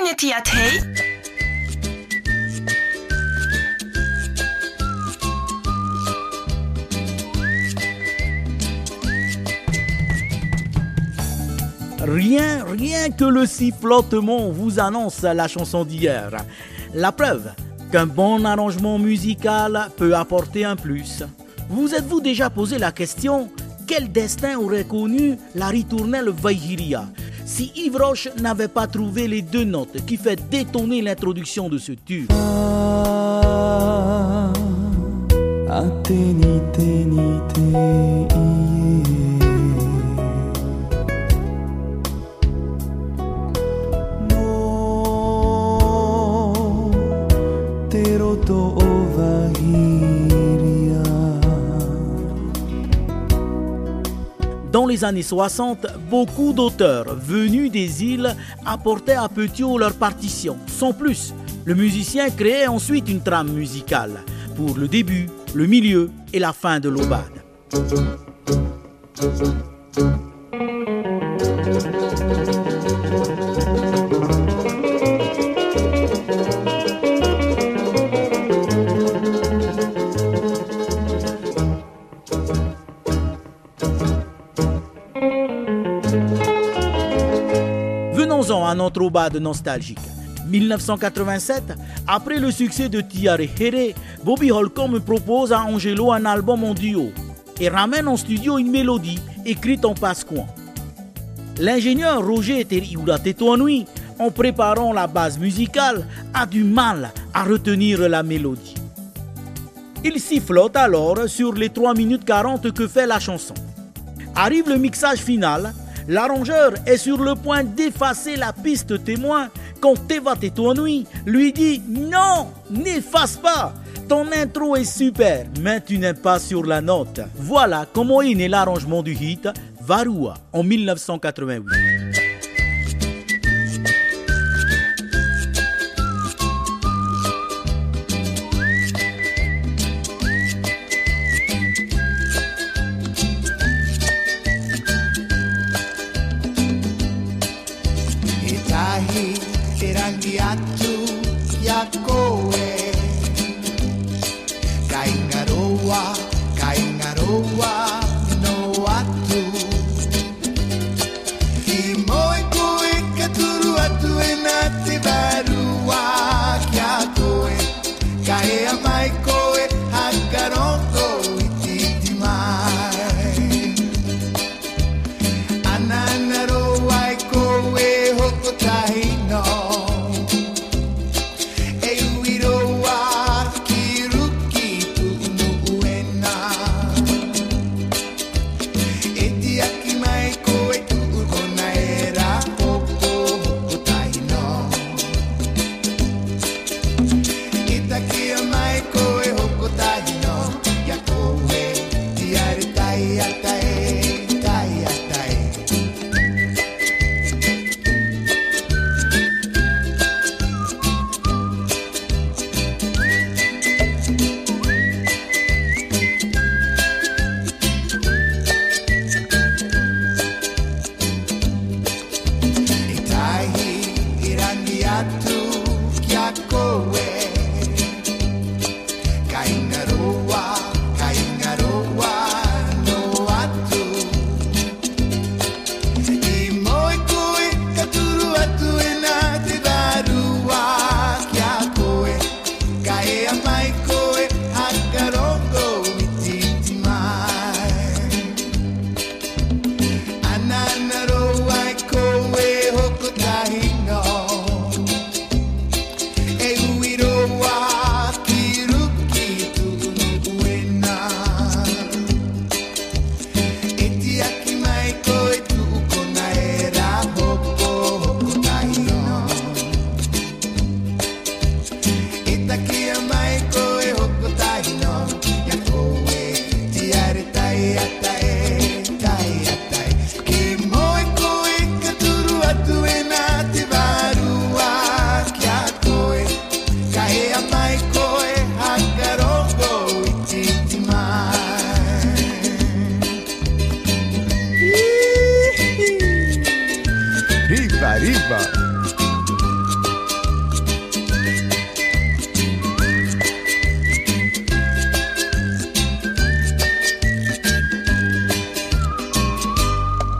community at Hay. Rien que le sifflotement vous annonce la chanson d'hier. La preuve qu'un bon arrangement musical peut apporter un plus. Vous êtes-vous déjà posé la question, quel destin aurait connu la ritournelle Vaihiria si Yves Roche n'avait pas trouvé les deux notes qui fait détonner l'introduction de ce tube? Dans les années 60, beaucoup d'auteurs venus des îles apportaient à Petiot leur partition. Sans plus, le musicien créait ensuite une trame musicale pour le début, le milieu et la fin de l'aubade. Venons-en à notre aubade nostalgique. 1987, après le succès de Tiare Here, Bobby Holcomb propose à Angelo un album en duo et ramène en studio une mélodie écrite en passecoin. L'ingénieur Roger Teriura Tetoanui, en préparant la base musicale, a du mal à retenir la mélodie. Il sifflote alors sur les 3 minutes 40 que fait la chanson. Arrive le mixage final. L'arrangeur est sur le point d'effacer la piste témoin quand Teva Tetoanui lui dit « Non, n'efface pas, ton intro est super, mais tu n'es pas sur la note. » Voilà comment est né l'arrangement du hit Varua en 1988.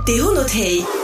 Tehunot hei.